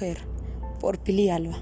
Mujer, por Pili Alba.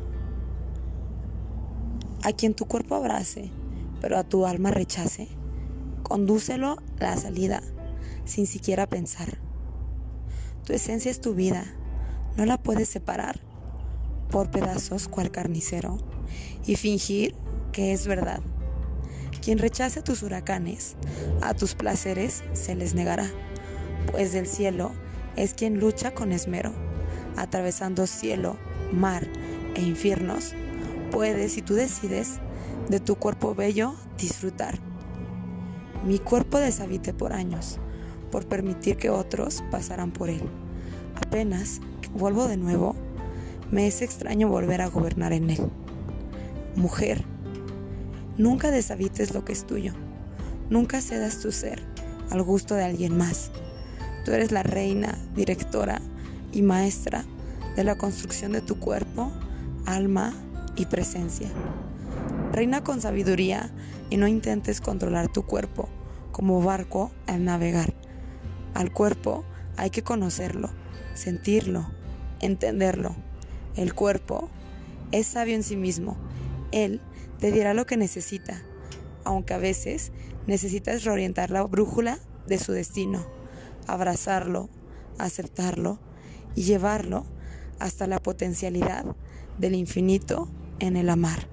A quien tu cuerpo abrace, pero a tu alma rechace, condúcelo a la salida, sin siquiera pensar. Tu esencia es tu vida, no la puedes separar por pedazos cual carnicero y fingir que es verdad. Quien rechace tus huracanes, a tus placeres se les negará, pues del cielo es quien lucha con esmero, atravesando cielo, mar e infiernos. Puedes, si tú decides, de tu cuerpo bello disfrutar. Mi cuerpo deshabité por años, por permitir que otros pasaran por él. Apenas que vuelvo de nuevo, me es extraño volver a gobernar en él. Mujer, nunca deshabites lo que es tuyo. Nunca cedas tu ser al gusto de alguien más. Tú eres la reina, directora y maestra de la construcción de tu cuerpo, alma y presencia. Reina con sabiduría y no intentes controlar tu cuerpo como barco al navegar. Al cuerpo hay que conocerlo, sentirlo, entenderlo. El cuerpo es sabio en sí mismo. Él te dirá lo que necesita, aunque a veces necesitas reorientar la brújula de su destino, abrazarlo, aceptarlo y llevarlo hasta la potencialidad del infinito en el amar.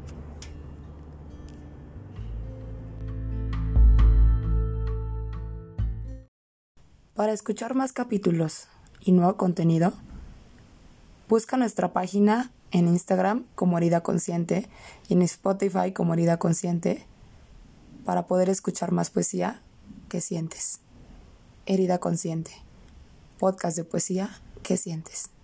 Para escuchar más capítulos y nuevo contenido, busca nuestra página en Instagram como Herida Consciente y en Spotify como Herida Consciente para poder escuchar más poesía que sientes. Herida Consciente, podcast de poesía que sientes.